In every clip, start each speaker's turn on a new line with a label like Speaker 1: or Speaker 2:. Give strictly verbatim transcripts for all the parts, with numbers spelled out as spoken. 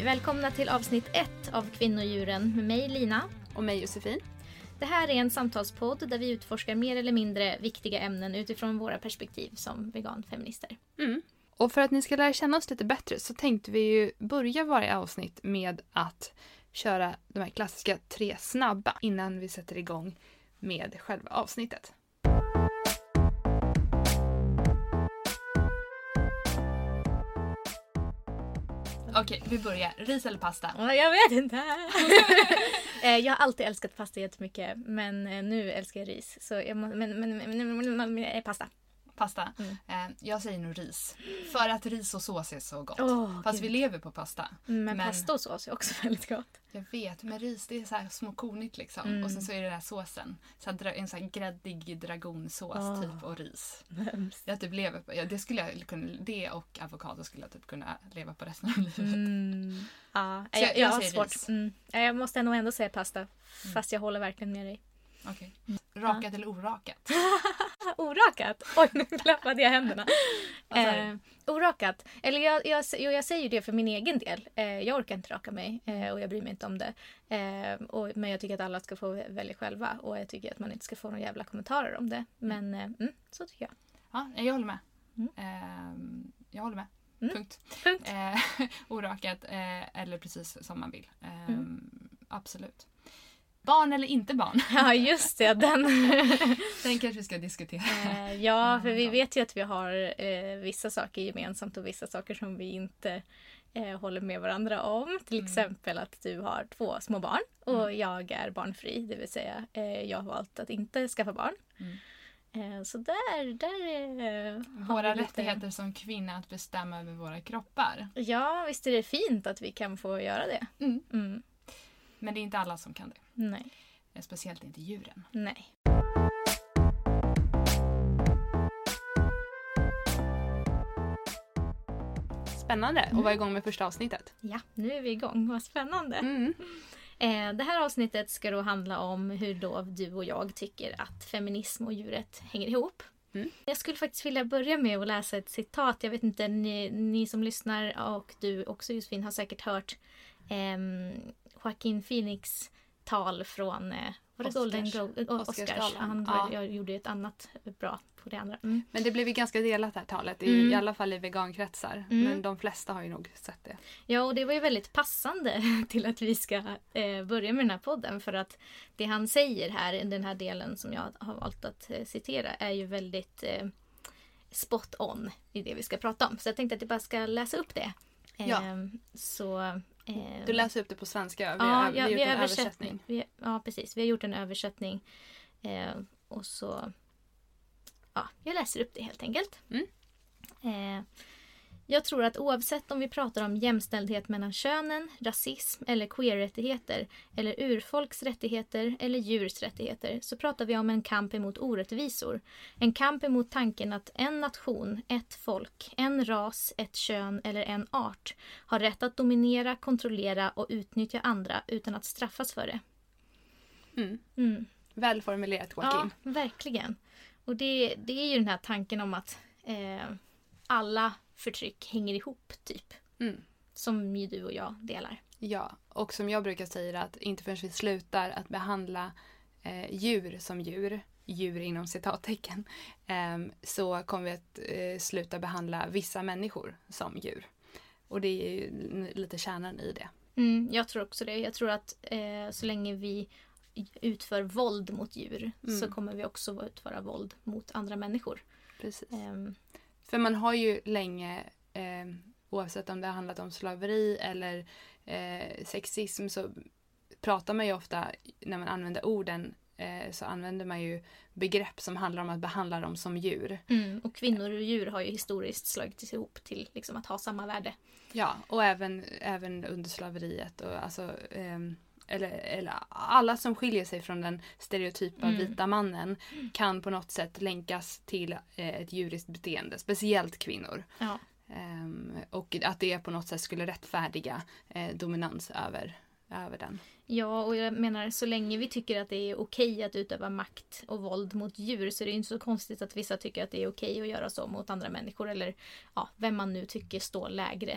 Speaker 1: Hej, välkomna till avsnitt ett av Kvinnodjuren med mig Lina.
Speaker 2: Och mig Josefin.
Speaker 1: Det här är en samtalspodd där vi utforskar mer eller mindre viktiga ämnen utifrån våra perspektiv som veganfeminister.
Speaker 2: Mm. Och för att ni ska lära känna oss lite bättre så tänkte vi ju börja varje avsnitt med att köra de här klassiska tre snabba innan vi sätter igång med själva avsnittet. Okej, vi börjar. Ris eller pasta?
Speaker 1: Jag vet inte. Jag har alltid älskat pasta jättemycket, men nu älskar jag ris. Så jag må, men, men, men, men, men pasta.
Speaker 2: Pasta. Mm. Eh, jag säger nog ris. För att ris och sås är så gott.
Speaker 1: Oh,
Speaker 2: Fast
Speaker 1: Gud.
Speaker 2: vi lever på pasta.
Speaker 1: Men,
Speaker 2: men
Speaker 1: pasta och sås är också väldigt gott.
Speaker 2: Jag vet, men ris det är så här småkornigt liksom.
Speaker 1: Mm.
Speaker 2: Och sen så är det den här såsen. Så här, en så här gräddig dragonsås
Speaker 1: oh.
Speaker 2: typ och ris. Jag typ lever på, ja, det skulle jag kunna, det och avokado skulle jag typ kunna leva på resten av livet.
Speaker 1: Mm. Ja,
Speaker 2: jag,
Speaker 1: jag, jag,
Speaker 2: jag
Speaker 1: har
Speaker 2: säger
Speaker 1: svårt.
Speaker 2: ris.
Speaker 1: Mm. Jag måste nog ändå säga pasta. Fast jag håller verkligen med dig.
Speaker 2: Okej. Okay. Rakat ja. eller orakat?
Speaker 1: Orakat? Oj, nu klappade jag händerna.
Speaker 2: eh,
Speaker 1: orakat. Eller jag, jag, jag, jag säger ju det för min egen del. Eh, jag orkar inte raka mig eh, och jag bryr mig inte om det. Eh, och, men jag tycker att alla ska få välja själva. Och jag tycker att man inte ska få några jävla kommentarer om det. Men eh, mm, så tycker jag.
Speaker 2: Ja, jag håller med.
Speaker 1: Mm.
Speaker 2: Eh, jag håller med.
Speaker 1: Mm.
Speaker 2: Punkt.
Speaker 1: Punkt.
Speaker 2: Eh, orakat eh, eller precis som man vill. Eh,
Speaker 1: Mm.
Speaker 2: Absolut. Barn eller inte barn?
Speaker 1: Ja, just det. Den,
Speaker 2: den kanske vi ska diskutera.
Speaker 1: Eh, ja, för vi vet ju att vi har eh, vissa saker gemensamt och vissa saker som vi inte eh, håller med varandra om. Till mm. exempel att du har två små barn och mm. jag är barnfri. Det vill säga, eh, jag har valt att inte skaffa barn. Mm. Eh, så där, där eh,
Speaker 2: våra rättigheter som kvinna att bestämma över våra kroppar.
Speaker 1: Ja, visst är det fint att vi kan få göra det.
Speaker 2: Mm.
Speaker 1: Mm.
Speaker 2: Men det är inte alla som kan det.
Speaker 1: Nej.
Speaker 2: Speciellt inte djuren.
Speaker 1: Nej.
Speaker 2: Spännande
Speaker 1: mm.
Speaker 2: att vara igång med första avsnittet.
Speaker 1: Ja, nu är vi igång. Vad spännande.
Speaker 2: Mm.
Speaker 1: Eh, det här avsnittet ska då handla om hur då du och jag tycker att feminism och djuret hänger ihop. Mm. Jag skulle faktiskt vilja börja med att läsa ett citat. Jag vet inte, ni, ni som lyssnar och du också Josefin har säkert hört eh, Joaquin Phoenix tal från eh, var det
Speaker 2: Oscars.
Speaker 1: Golden Globe? Oscars. Han
Speaker 2: ja.
Speaker 1: Jag gjorde ett annat bra på det andra. Mm.
Speaker 2: Men det blev ju ganska delat här talet. I,
Speaker 1: mm.
Speaker 2: i alla fall i vegankretsar. Mm. Men de flesta har ju nog sett det.
Speaker 1: Ja, och det var ju väldigt passande till att vi ska eh, börja med den här podden. För att det han säger här, i den här delen som jag har valt att eh, citera, är ju väldigt eh, spot on i det vi ska prata om. Så jag tänkte att jag bara ska läsa upp det. Eh,
Speaker 2: ja.
Speaker 1: Så...
Speaker 2: Du läser upp det på svenska. Vi
Speaker 1: ja,
Speaker 2: har, vi
Speaker 1: ja,
Speaker 2: har gjort
Speaker 1: vi
Speaker 2: en
Speaker 1: översättning.
Speaker 2: översättning.
Speaker 1: Vi, ja, precis. Vi har gjort en översättning. Eh, och så... Ja, jag läser upp det helt enkelt.
Speaker 2: Mm.
Speaker 1: Eh, jag tror att oavsett om vi pratar om jämställdhet mellan könen, rasism eller queer-rättigheter, eller urfolks rättigheter eller djurs rättigheter, så pratar vi om en kamp emot orättvisor. En kamp emot tanken att en nation, ett folk, en ras, ett kön eller en art har rätt att dominera, kontrollera och utnyttja andra utan att straffas för det.
Speaker 2: Mm.
Speaker 1: Mm.
Speaker 2: Välformulerat, Joaquin.
Speaker 1: Ja, verkligen. Och det, det är ju den här tanken om att eh, alla förtryck hänger ihop, typ.
Speaker 2: Mm.
Speaker 1: Som ju du och jag delar.
Speaker 2: Ja, och som jag brukar säga att inte förrän vi slutar att behandla eh, djur som djur, djur inom citattecken, eh, så kommer vi att eh, sluta behandla vissa människor som djur. Och det är ju lite kärnan i det.
Speaker 1: Mm, jag tror också det. Jag tror att eh, så länge vi utför våld mot djur mm. så kommer vi också utföra våld mot andra människor.
Speaker 2: Precis.
Speaker 1: Um,
Speaker 2: För man har ju länge, eh, oavsett om det har handlat om slaveri eller eh, sexism, så pratar man ju ofta, när man använder orden, eh, så använder man ju begrepp som handlar om att behandla dem som djur.
Speaker 1: Mm, och kvinnor och djur har ju historiskt slagits ihop till liksom, att ha samma värde.
Speaker 2: Ja, och även, även under slaveriet. Och, alltså, eh, eller, eller alla som skiljer sig från den stereotypa mm. vita mannen kan på något sätt länkas till eh, ett djuriskt beteende. Speciellt kvinnor.
Speaker 1: Ja.
Speaker 2: Um, och att det på något sätt skulle rättfärdiga eh, dominans över, över den.
Speaker 1: Ja, och jag menar så länge vi tycker att det är okej att utöva makt och våld mot djur, så är det inte så konstigt att vissa tycker att det är okej att göra så mot andra människor, eller ja, vem man nu tycker står lägre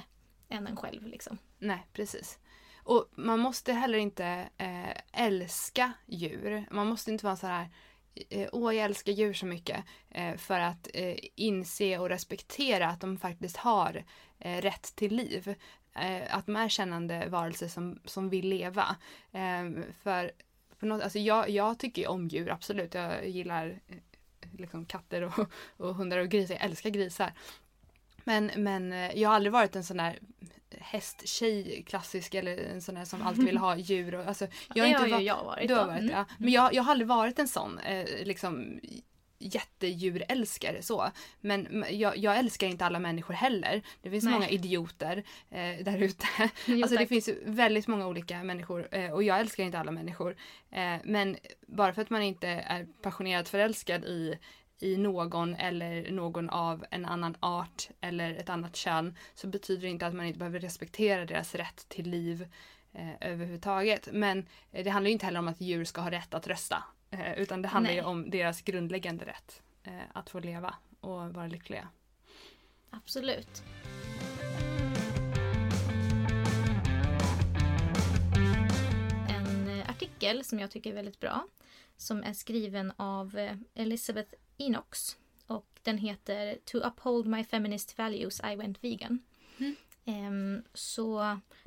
Speaker 1: än en själv liksom.
Speaker 2: Nej, precis. Och man måste heller inte eh, älska djur. Man måste inte vara så här, åh jag älskar djur så mycket, eh, för att eh, inse och respektera att de faktiskt har eh, rätt till liv. Eh, att de är kännande varelser som, som vill leva. Eh, för på något, alltså jag, jag tycker om djur, absolut. Jag gillar eh, liksom katter och, och hundar och grisar. Jag älskar grisar. Men, men jag har aldrig varit en sån där hästtjej klassisk eller en sån där som alltid vill ha djur. Och, alltså, jag har
Speaker 1: det
Speaker 2: inte
Speaker 1: har
Speaker 2: var-
Speaker 1: ju jag varit.
Speaker 2: Du har
Speaker 1: då.
Speaker 2: varit,
Speaker 1: Mm.
Speaker 2: ja. Men jag, jag har aldrig varit en sån eh, liksom jättedjurälskare så. Men m- jag, jag älskar inte alla människor heller. Det finns
Speaker 1: Nej.
Speaker 2: många idioter eh, där ute.
Speaker 1: Jo,
Speaker 2: Alltså det
Speaker 1: tack.
Speaker 2: finns ju väldigt många olika människor eh, och jag älskar inte alla människor. Eh, men bara för att man inte är passionerat förälskad i i någon eller någon av en annan art eller ett annat kön så betyder det inte att man inte behöver respektera deras rätt till liv eh, överhuvudtaget. Men eh, det handlar ju inte heller om att djur ska ha rätt att rösta. Eh, utan det handlar
Speaker 1: Nej.
Speaker 2: ju om deras grundläggande rätt eh, att få leva och vara lyckliga.
Speaker 1: Absolut. En eh, artikel som jag tycker är väldigt bra som är skriven av eh, Elizabeth Enox och den heter To uphold my feminist values I went vegan.
Speaker 2: Mm.
Speaker 1: Ehm, så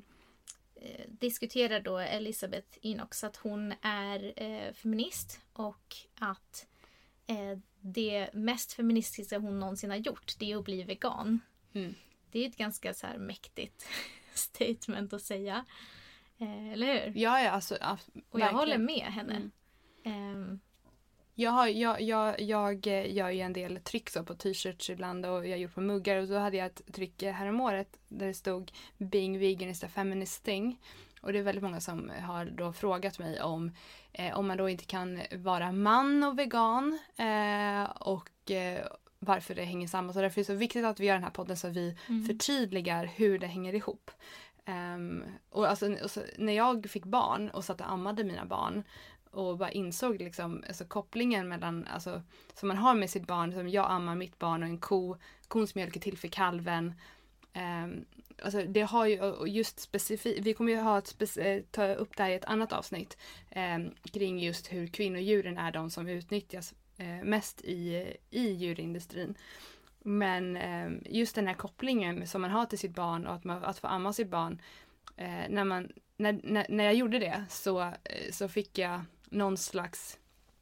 Speaker 1: eh, diskuterar då Elizabeth Enox att hon är eh, feminist och att eh, det mest feministiska hon någonsin har gjort det är att bli vegan.
Speaker 2: Mm.
Speaker 1: Det är ett ganska så här mäktigt statement att säga. Eh, eller hur?
Speaker 2: Ja, ja, alltså, ja,
Speaker 1: Och jag
Speaker 2: verkligen.
Speaker 1: håller med henne.
Speaker 2: Mm.
Speaker 1: Ehm,
Speaker 2: Jag, har, jag, jag, jag gör ju en del tryck så på t-shirts ibland och jag har gjort på muggar och då hade jag ett tryck häromåret där det stod Being vegan is a feminist thing. Och det är väldigt många som har då frågat mig om eh, om man då inte kan vara man och vegan eh, och eh, varför det hänger samman. Så därför är det så viktigt att vi gör den här podden så att vi
Speaker 1: Mm.
Speaker 2: förtydligar hur det hänger ihop. Um, och alltså, och så, när jag fick barn och satt och ammade mina barn och bara insåg liksom, alltså, kopplingen mellan, alltså, som man har med sitt barn, som jag ammar mitt barn och en ko, kons mjölk är till för kalven. Um, alltså, det har ju och just specifikt, vi kommer ju ha ett speci- ta upp det här i ett annat avsnitt um, kring just hur kvinnodjuren är de som utnyttjas uh, mest i, i djurindustrin. Men eh, just den här kopplingen som man har till sitt barn och att, man, att få amma sitt barn. Eh, när, man, när, när, när jag gjorde det så, eh, så fick jag någon slags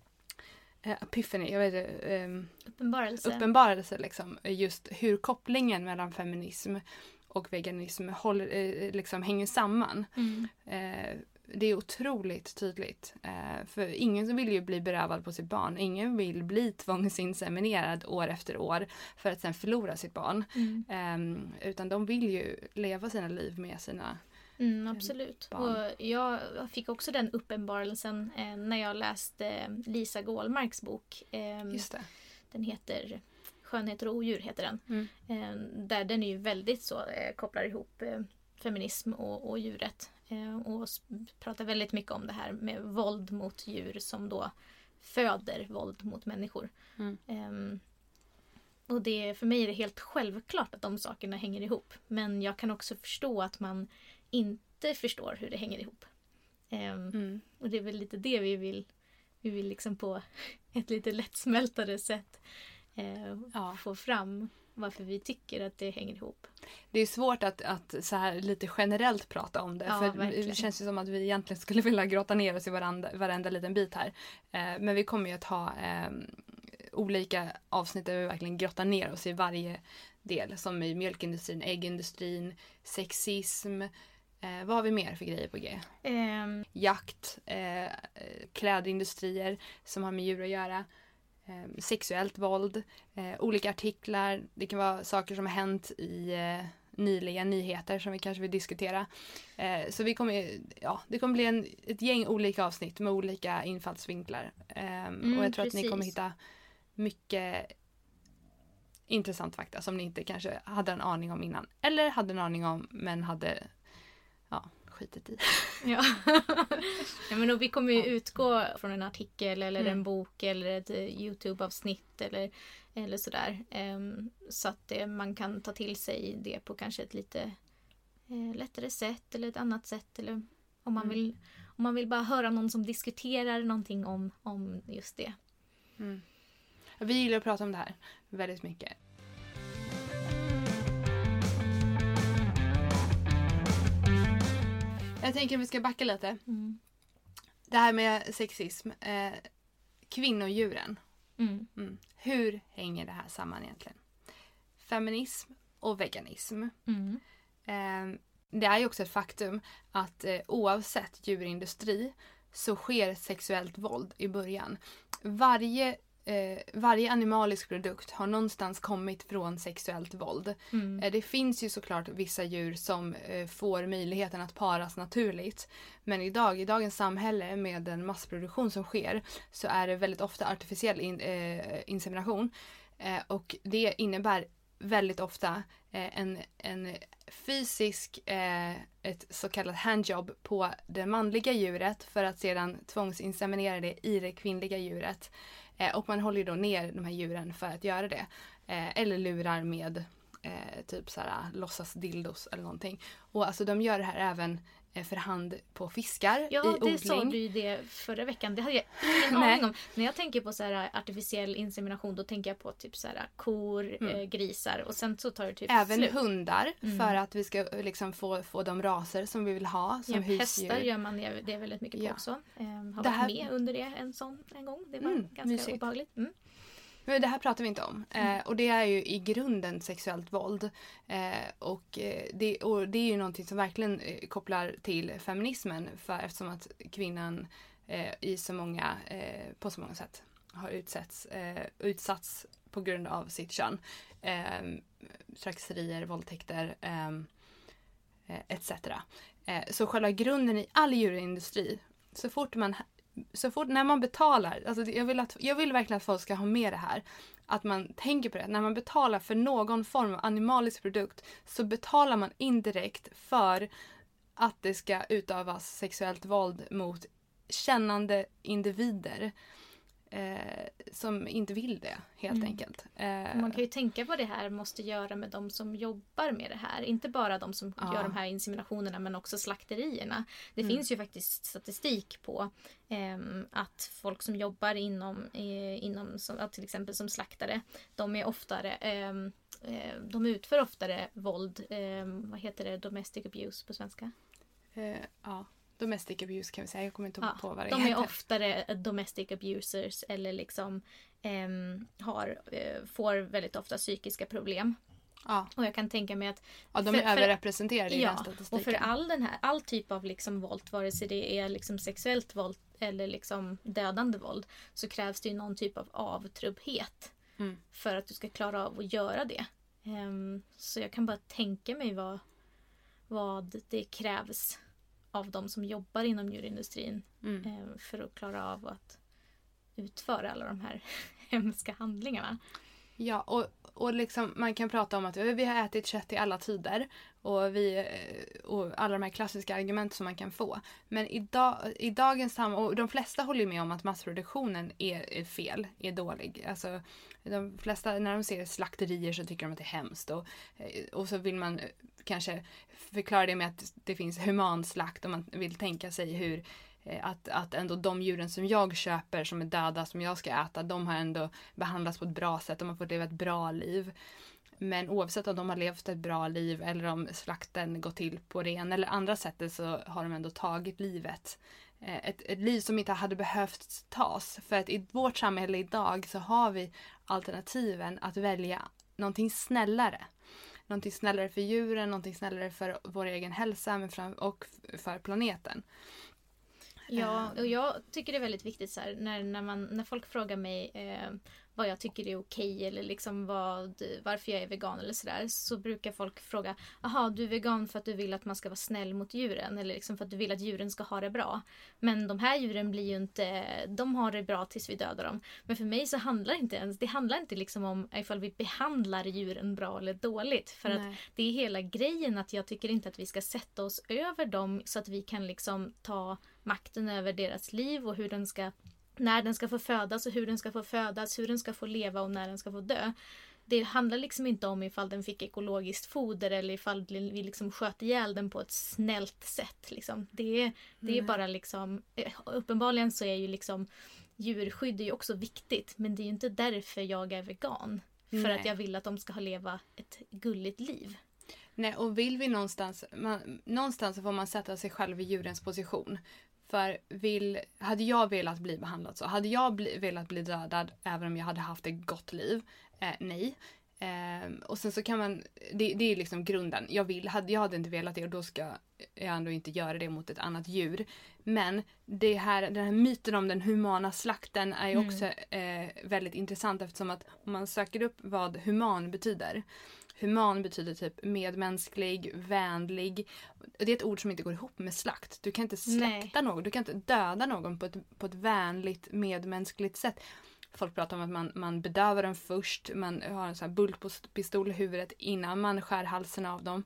Speaker 2: eh, epiphany, jag vet inte, eh,
Speaker 1: uppenbarelse.
Speaker 2: uppenbarelse liksom. Just hur kopplingen mellan feminism och veganism håller, eh, liksom hänger samman.
Speaker 1: Mm.
Speaker 2: Eh, det är otroligt tydligt. Eh, för ingen vill ju bli berövad på sitt barn. Ingen vill bli tvångsinseminerad år efter år för att sen förlora sitt barn.
Speaker 1: Mm.
Speaker 2: Eh, utan de vill ju leva sina liv med sina
Speaker 1: Mm, absolut.
Speaker 2: barn.
Speaker 1: Och jag fick också den uppenbarelsen eh, när jag läste eh, Lisa Gålmarks bok. Eh,
Speaker 2: Just det.
Speaker 1: Den heter Skönheter och odjur heter den.
Speaker 2: Mm.
Speaker 1: Eh, där den är ju väldigt så eh, kopplar ihop eh, feminism och, och djuret. Eh, och s- pratar väldigt mycket om det här med våld mot djur som då föder våld mot människor.
Speaker 2: Mm.
Speaker 1: Eh, och det, för mig är det helt självklart att de sakerna hänger ihop. Men jag kan också förstå att man inte förstår hur det hänger ihop. Ehm,
Speaker 2: Mm.
Speaker 1: och det är väl lite det vi vill, vi vill liksom på ett lite lättsmältare sätt eh,
Speaker 2: Ja.
Speaker 1: få fram varför vi tycker att det hänger ihop.
Speaker 2: Det är svårt att, att så här lite generellt prata om det.
Speaker 1: Ja,
Speaker 2: för
Speaker 1: verkligen.
Speaker 2: det känns ju som att vi egentligen skulle vilja grotta ner oss i varandra, varenda liten bit här. Eh, men vi kommer ju att ha eh, olika avsnitt där vi verkligen grottar ner oss i varje del. Som i mjölkindustrin, äggindustrin, sexism. Eh, vad har vi mer för grejer på G?
Speaker 1: Ehm,
Speaker 2: Jakt, eh, klädindustrier som har med djur att göra. Eh, sexuellt våld, eh, olika artiklar. Det kan vara saker som har hänt i eh, nyliga nyheter som vi kanske vill diskutera. Eh, så vi kommer, ja, det kommer bli en, ett gäng olika avsnitt med olika infallsvinklar. Eh, och jag tror att ni
Speaker 1: precis.
Speaker 2: kommer hitta mycket intressant fakta som ni inte kanske hade en aning om innan. Eller hade en aning om men hade ja, skitit i.
Speaker 1: ja. ja, men då vi kommer ju
Speaker 2: Ja.
Speaker 1: utgå från en artikel eller
Speaker 2: Mm.
Speaker 1: en bok eller ett eh, YouTube-avsnitt eller, eller sådär. Ehm, så att det, man kan ta till sig det på kanske ett lite eh, lättare sätt eller ett annat sätt. Eller om man,
Speaker 2: Mm.
Speaker 1: vill, om man vill bara höra någon som diskuterar någonting om, om just det.
Speaker 2: Mm. Vi gillar att prata om det här väldigt mycket. Jag tänker att vi ska backa lite.
Speaker 1: Mm.
Speaker 2: Det här med sexism. Eh, kvinnodjuren.
Speaker 1: Mm.
Speaker 2: Mm. Hur hänger det här samman egentligen? Feminism och veganism.
Speaker 1: Mm.
Speaker 2: Eh, det är ju också ett faktum att eh, oavsett djurindustri så sker sexuellt våld i början. Varje, eh, varje animalisk produkt har någonstans kommit från sexuellt våld.
Speaker 1: Mm.
Speaker 2: Eh, det finns ju såklart vissa djur som eh, får möjligheten att paras naturligt. Men idag, i dagens samhälle med den massproduktion som sker så är det väldigt ofta artificiell in, eh, insemination. Eh, och det innebär väldigt ofta eh, en, en fysisk, eh, ett så kallat handjob på det manliga djuret för att sedan tvångsinseminera det i det kvinnliga djuret. Eh, och man håller ju då ner de här djuren för att göra det. Eh, eller lurar med eh, typ såhär låtsas dildos eller någonting. Och alltså de gör det här även eh, för hand på fiskar
Speaker 1: Ja,
Speaker 2: i odling.
Speaker 1: det sa du ju det förra veckan. Det hade jag ingen
Speaker 2: Nej.
Speaker 1: aning om. När jag tänker på så här artificiell insemination då tänker jag på typ så här kor,
Speaker 2: Mm.
Speaker 1: eh, grisar och sen så tar det typ
Speaker 2: Även
Speaker 1: slut.
Speaker 2: hundar
Speaker 1: Mm.
Speaker 2: för att vi ska liksom få, få de raser som vi vill ha som
Speaker 1: Ja,
Speaker 2: husdjur.
Speaker 1: hästar gör man det, det väldigt mycket på
Speaker 2: Ja.
Speaker 1: också. Eh, har
Speaker 2: Det
Speaker 1: varit
Speaker 2: här-
Speaker 1: med under det en sån en gång. Det var
Speaker 2: Mm,
Speaker 1: ganska
Speaker 2: mysigt.
Speaker 1: obehagligt. Mm.
Speaker 2: Men det här pratar vi inte om. Eh, och det är ju i grunden sexuellt våld. Eh, och, eh, det, och det är ju någonting som verkligen eh, kopplar till feminismen. För eftersom att kvinnan eh, i så många, eh, på så många sätt har utsätts, eh, utsatts på grund av sitt kön. Eh, trakasserier, våldtäkter eh, eh, et cetera. Eh, så själva grunden i all djurindustri, så fort man Så fort när man betalar, alltså jag vill, att, jag vill verkligen att folk ska ha med det här. Att man tänker på det. När man betalar för någon form av animalisk produkt så betalar man indirekt för att det ska utövas sexuellt våld mot kännande individer. Eh, som inte vill det, helt
Speaker 1: Mm.
Speaker 2: enkelt. Eh,
Speaker 1: Man kan ju tänka vad det här måste göra med de som jobbar med det här. Inte bara de som
Speaker 2: Ja.
Speaker 1: gör de här inseminationerna men också slakterierna. Det
Speaker 2: Mm.
Speaker 1: finns ju faktiskt statistik på ehm, att folk som jobbar inom, eh, inom som, ja, till exempel som slaktare, de är oftare ehm, eh, de utför oftare våld. ehm, vad heter det? Domestic abuse på svenska?
Speaker 2: eh, ja. Domestic abuse kan vi säga. Jag kommer inte
Speaker 1: Ja,
Speaker 2: ihåg på vad det
Speaker 1: de
Speaker 2: heter.
Speaker 1: är oftare domestic abusers eller liksom ehm, har, eh, får väldigt ofta psykiska problem.
Speaker 2: Ja.
Speaker 1: Och jag kan tänka mig att
Speaker 2: ja, de
Speaker 1: för-
Speaker 2: är
Speaker 1: för-
Speaker 2: överrepresenterade i den
Speaker 1: ja,
Speaker 2: statistiken.
Speaker 1: och för all den här, all typ av liksom våld, vare sig det är liksom sexuellt våld eller liksom dödande våld, så krävs det ju någon typ av avtrubbhet
Speaker 2: Mm.
Speaker 1: för att du ska klara av att göra det. Ehm, så jag kan bara tänka mig vad, vad det krävs av de som jobbar inom djurindustrin
Speaker 2: Mm.
Speaker 1: eh, för att klara av att utföra alla de här hemska handlingarna.
Speaker 2: Ja, och, och liksom, man kan prata om att vi har ätit kött i alla tider och, vi, eh, och alla de här klassiska argument som man kan få. Men idag, i dagens samhälle, och de flesta håller ju med om att massproduktionen är, är fel, är dålig. Alltså, de flesta, när de ser slakterier så tycker de att det är hemskt. Och, eh, och så vill man eh, kanske förklara det med att det finns humanslakt och man vill tänka sig hur Att, att ändå de djuren som jag köper som är döda, som jag ska äta, de har ändå behandlats på ett bra sätt. De har fått leva ett bra liv. Men oavsett om de har levt ett bra liv eller om slakten går till på det ena eller andra sättet så har de ändå tagit livet. Ett, ett liv som inte hade behövt tas. För att i vårt samhälle idag så har vi alternativen att välja någonting snällare. Någonting snällare för djuren, någonting snällare för vår egen hälsa men fram- och för planeten.
Speaker 1: Ja, och jag tycker det är väldigt viktigt så här, när, när, man, när folk frågar mig eh, vad jag tycker är okej eller liksom vad, varför jag är vegan eller sådär, så brukar folk fråga, jaha, du är vegan för att du vill att man ska vara snäll mot djuren eller liksom för att du vill att djuren ska ha det bra. Men de här djuren blir ju inte, de har det bra tills vi dödar dem. Men för mig så handlar det inte ens, det handlar inte liksom om ifall vi behandlar djuren bra eller dåligt. För
Speaker 2: Nej.
Speaker 1: att det är hela grejen att jag tycker inte att vi ska sätta oss över dem så att vi kan liksom ta makten över deras liv och hur den ska, när den ska få födas och hur den ska få födas, hur den ska få leva och när den ska få dö. det handlar liksom inte om ifall den fick ekologiskt foder eller ifall vi liksom sköt ihjäl den på ett snällt sätt. Liksom. Det, är, det är
Speaker 2: Mm.
Speaker 1: bara liksom, uppenbarligen så är ju liksom djurskydd är ju också viktigt, men det är ju inte därför jag är vegan. För
Speaker 2: Nej.
Speaker 1: att jag vill att de ska ha leva ett gulligt liv.
Speaker 2: Nej, och vill vi någonstans, man, någonstans så får man sätta sig själv i djurens position. För vill, hade jag velat bli behandlad så, hade jag bli, velat bli dödad även om jag hade haft ett gott liv? Eh, nej. Eh, och sen så kan man, det, det är liksom grunden. Jag vill, hade, jag hade inte velat det och då ska jag ändå inte göra det mot ett annat djur. Men det här, den här myten om den humana slakten är ju
Speaker 1: Mm.
Speaker 2: också eh, väldigt intressant eftersom att om man söker upp vad human betyder. Human betyder typ medmänsklig, vänlig. Det är ett ord som inte går ihop med slakt. Du kan inte slakta
Speaker 1: Nej.
Speaker 2: någon, du kan inte döda någon på ett, på ett vänligt, medmänskligt sätt. Folk pratar om att man, man bedövar dem först, man har en sån här bultpistol i huvudet innan man skär halsen av dem.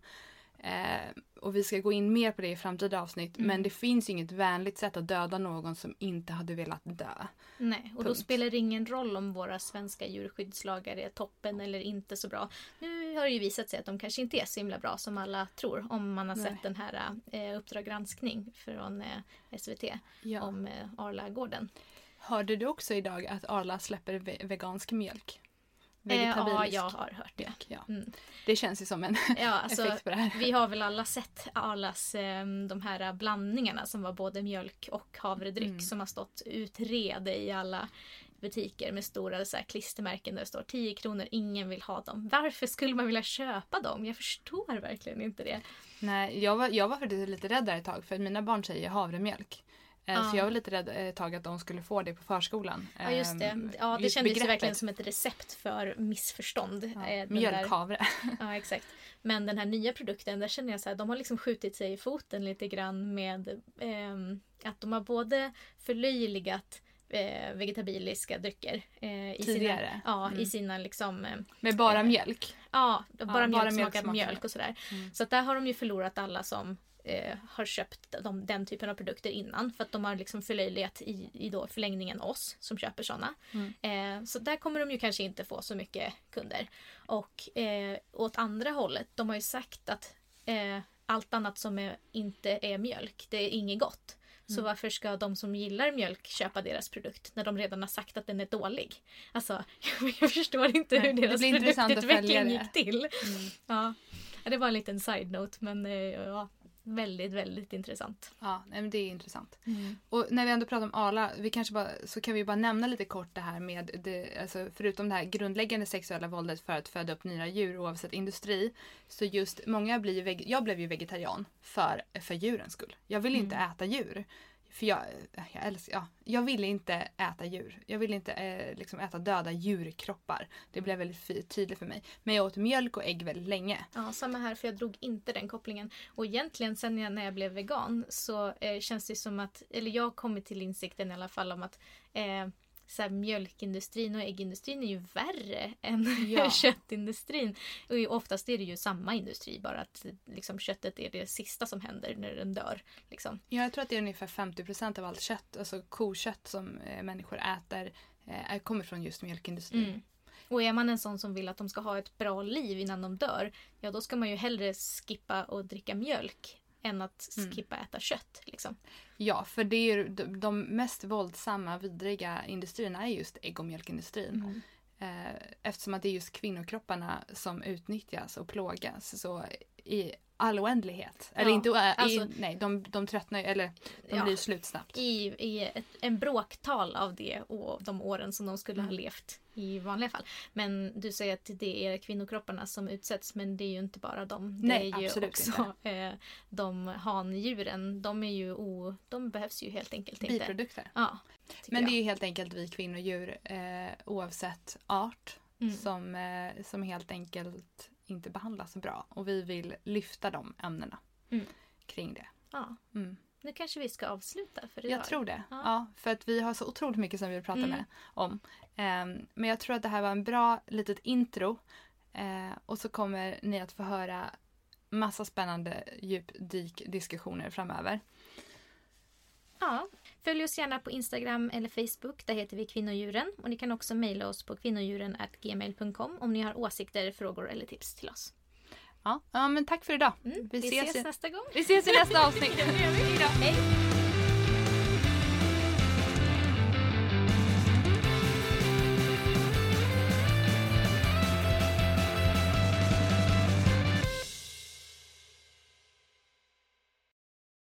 Speaker 2: Eh, och vi ska gå in mer på det i framtida avsnitt,
Speaker 1: Mm.
Speaker 2: men det finns ju inget vänligt sätt att döda någon som inte hade velat dö.
Speaker 1: Nej, och då
Speaker 2: Punkt.
Speaker 1: spelar det ingen roll om våra svenska djurskyddslagar är toppen eller inte så bra. Nu har det ju visat sig att de kanske inte är så himla bra som alla tror. Om man har
Speaker 2: Nej.
Speaker 1: sett den här eh, Uppdrag granskning från eh, S V T
Speaker 2: Ja.
Speaker 1: om eh, Arlagården.
Speaker 2: Hörde du också idag att Arla släpper ve- vegansk mjölk?
Speaker 1: Eh, ja,
Speaker 2: Vegetabilisk
Speaker 1: jag har hört det.
Speaker 2: mjölk, ja.
Speaker 1: Mm.
Speaker 2: Det känns ju som en
Speaker 1: Ja, alltså,
Speaker 2: effekt på det här.
Speaker 1: vi har väl alla sett Arlas eh, de här blandningarna som var både mjölk och havredryck
Speaker 2: Mm.
Speaker 1: som har stått utrede i alla butiker med stora så här, klistermärken där det står tio kronor, ingen vill ha dem. Varför skulle man vilja köpa dem? Jag förstår verkligen inte det.
Speaker 2: Nej, jag var, jag var faktiskt lite rädd där ett tag för att mina barn säger havremjölk. Eh,
Speaker 1: Ja.
Speaker 2: Så jag var lite rädd ett tag att de skulle få det på förskolan.
Speaker 1: Ja, just det.
Speaker 2: Ehm,
Speaker 1: Ja, det
Speaker 2: just
Speaker 1: kändes ju
Speaker 2: begreppet.
Speaker 1: verkligen som ett recept för missförstånd.
Speaker 2: Ja,
Speaker 1: Eh, den
Speaker 2: mjölkhavre.
Speaker 1: där- Ja, exakt. Men den här nya produkten, där känner jag så här, de har liksom skjutit sig i foten lite grann med ehm, att de har både förlöjligat eh, vegetabiliska drycker eh, i
Speaker 2: Tidigare.
Speaker 1: sina, ja,
Speaker 2: Mm.
Speaker 1: i sina liksom, eh,
Speaker 2: Med bara
Speaker 1: Eh,
Speaker 2: mjölk.
Speaker 1: ja, bara
Speaker 2: bara
Speaker 1: mjölk
Speaker 2: mjölk
Speaker 1: smakar
Speaker 2: smakar
Speaker 1: mjölk
Speaker 2: mjölk.
Speaker 1: och sådär.
Speaker 2: Mm.
Speaker 1: Så att där har de ju förlorat alla som eh, har köpt de, den typen av produkter innan. För att de har liksom förlöjligat i, i då förlängningen oss som köper sådana.
Speaker 2: Mm.
Speaker 1: Eh, så där kommer de ju kanske inte få så mycket kunder. Och eh, åt andra hållet, de har ju sagt att eh, allt annat som är, inte är mjölk, det är inget gott. Så
Speaker 2: Mm.
Speaker 1: varför ska de som gillar mjölk köpa deras produkt när de redan har sagt att den är dålig? Alltså, jag förstår inte
Speaker 2: Nej,
Speaker 1: hur
Speaker 2: det
Speaker 1: deras
Speaker 2: blir intressant att följa
Speaker 1: produktutveckling
Speaker 2: det.
Speaker 1: gick till.
Speaker 2: Mm.
Speaker 1: Ja, Ja, det var en liten side-note, men eh, ja, väldigt, väldigt intressant.
Speaker 2: Ja, nej, men det är intressant. Och när vi ändå pratar om Arla, vi kanske bara, så kan vi bara nämna lite kort det här med, det, alltså förutom det här grundläggande sexuella våldet för att föda upp nya djur oavsett industri, så just många blir ju, veg- jag blev ju vegetarian för, för djurens skull. Jag vill inte
Speaker 1: Mm.
Speaker 2: äta djur. För jag, jag älskar, ja, jag ville inte äta djur. Jag ville inte eh, liksom äta döda djurkroppar. Det blev väldigt fi- tydligt för mig. Men jag åt mjölk och ägg väldigt länge.
Speaker 1: Ja, samma här, för jag drog inte den kopplingen. Och egentligen sen jag, när jag blev vegan så eh, känns det som att, eller jag har kommit till insikten i alla fall om att eh, så här, mjölkindustrin och äggindustrin är ju värre än
Speaker 2: Ja.
Speaker 1: köttindustrin. Och ju- oftast är det ju samma industri, bara att liksom, köttet är det sista som händer när den dör. Liksom.
Speaker 2: Ja, jag tror att det är ungefär femtio procent av allt kött, alltså kokött som eh, människor äter, eh, kommer från just mjölkindustrin.
Speaker 1: Mm. Och är man en sån som vill att de ska ha ett bra liv innan de dör, ja då ska man ju hellre skippa och dricka mjölk än att
Speaker 2: Mm.
Speaker 1: skippa äta kött. Liksom.
Speaker 2: Ja, för det är ju de, de mest våldsamma, vidriga industrierna är just ägg- och mjölkindustrin.
Speaker 1: Mm.
Speaker 2: Eh, eftersom att det är just kvinnokropparna som utnyttjas och plågas så i all oändlighet. Eller
Speaker 1: Ja,
Speaker 2: inte, oä-
Speaker 1: alltså-
Speaker 2: i, nej, de, de tröttnar ju, eller de
Speaker 1: Ja.
Speaker 2: blir slut snabbt.
Speaker 1: I, i ett, en bråktal av det och de åren som de skulle ha
Speaker 2: Mm.
Speaker 1: levt i vanliga fall. Men du säger att det är kvinnokropparna som utsätts, men det är ju inte bara dem. Det
Speaker 2: Nej,
Speaker 1: är ju
Speaker 2: absolut
Speaker 1: också eh, de handjuren. De, är ju o, de behövs ju helt enkelt inte.
Speaker 2: Biprodukter.
Speaker 1: Ja, tycker
Speaker 2: Men det
Speaker 1: jag.
Speaker 2: är ju helt enkelt vi kvinnodjur eh, oavsett art
Speaker 1: Mm.
Speaker 2: som, eh, som helt enkelt inte behandlas så bra. Och vi vill lyfta de ämnena
Speaker 1: Mm.
Speaker 2: kring det.
Speaker 1: Ja.
Speaker 2: Mm.
Speaker 1: Nu kanske vi ska avsluta för idag.
Speaker 2: Jag tror det.
Speaker 1: Ja.
Speaker 2: Ja. För att vi har så otroligt mycket som vi vill prata
Speaker 1: Mm.
Speaker 2: med om. Ehm, men jag tror att det här var en bra litet intro. Eh, och så kommer ni att få höra massa spännande djupdykdiskussioner framöver.
Speaker 1: Ja, Följ oss gärna på Instagram eller Facebook, där heter vi Kvinnodjuren. Och ni kan också mejla oss på kvinnodjuren at gmail punkt com om ni har åsikter, frågor eller tips till oss.
Speaker 2: Ja, ja men tack för idag.
Speaker 1: Mm, vi, vi ses, ses nästa gång.
Speaker 2: Vi ses i nästa avsnitt.
Speaker 1: Hej!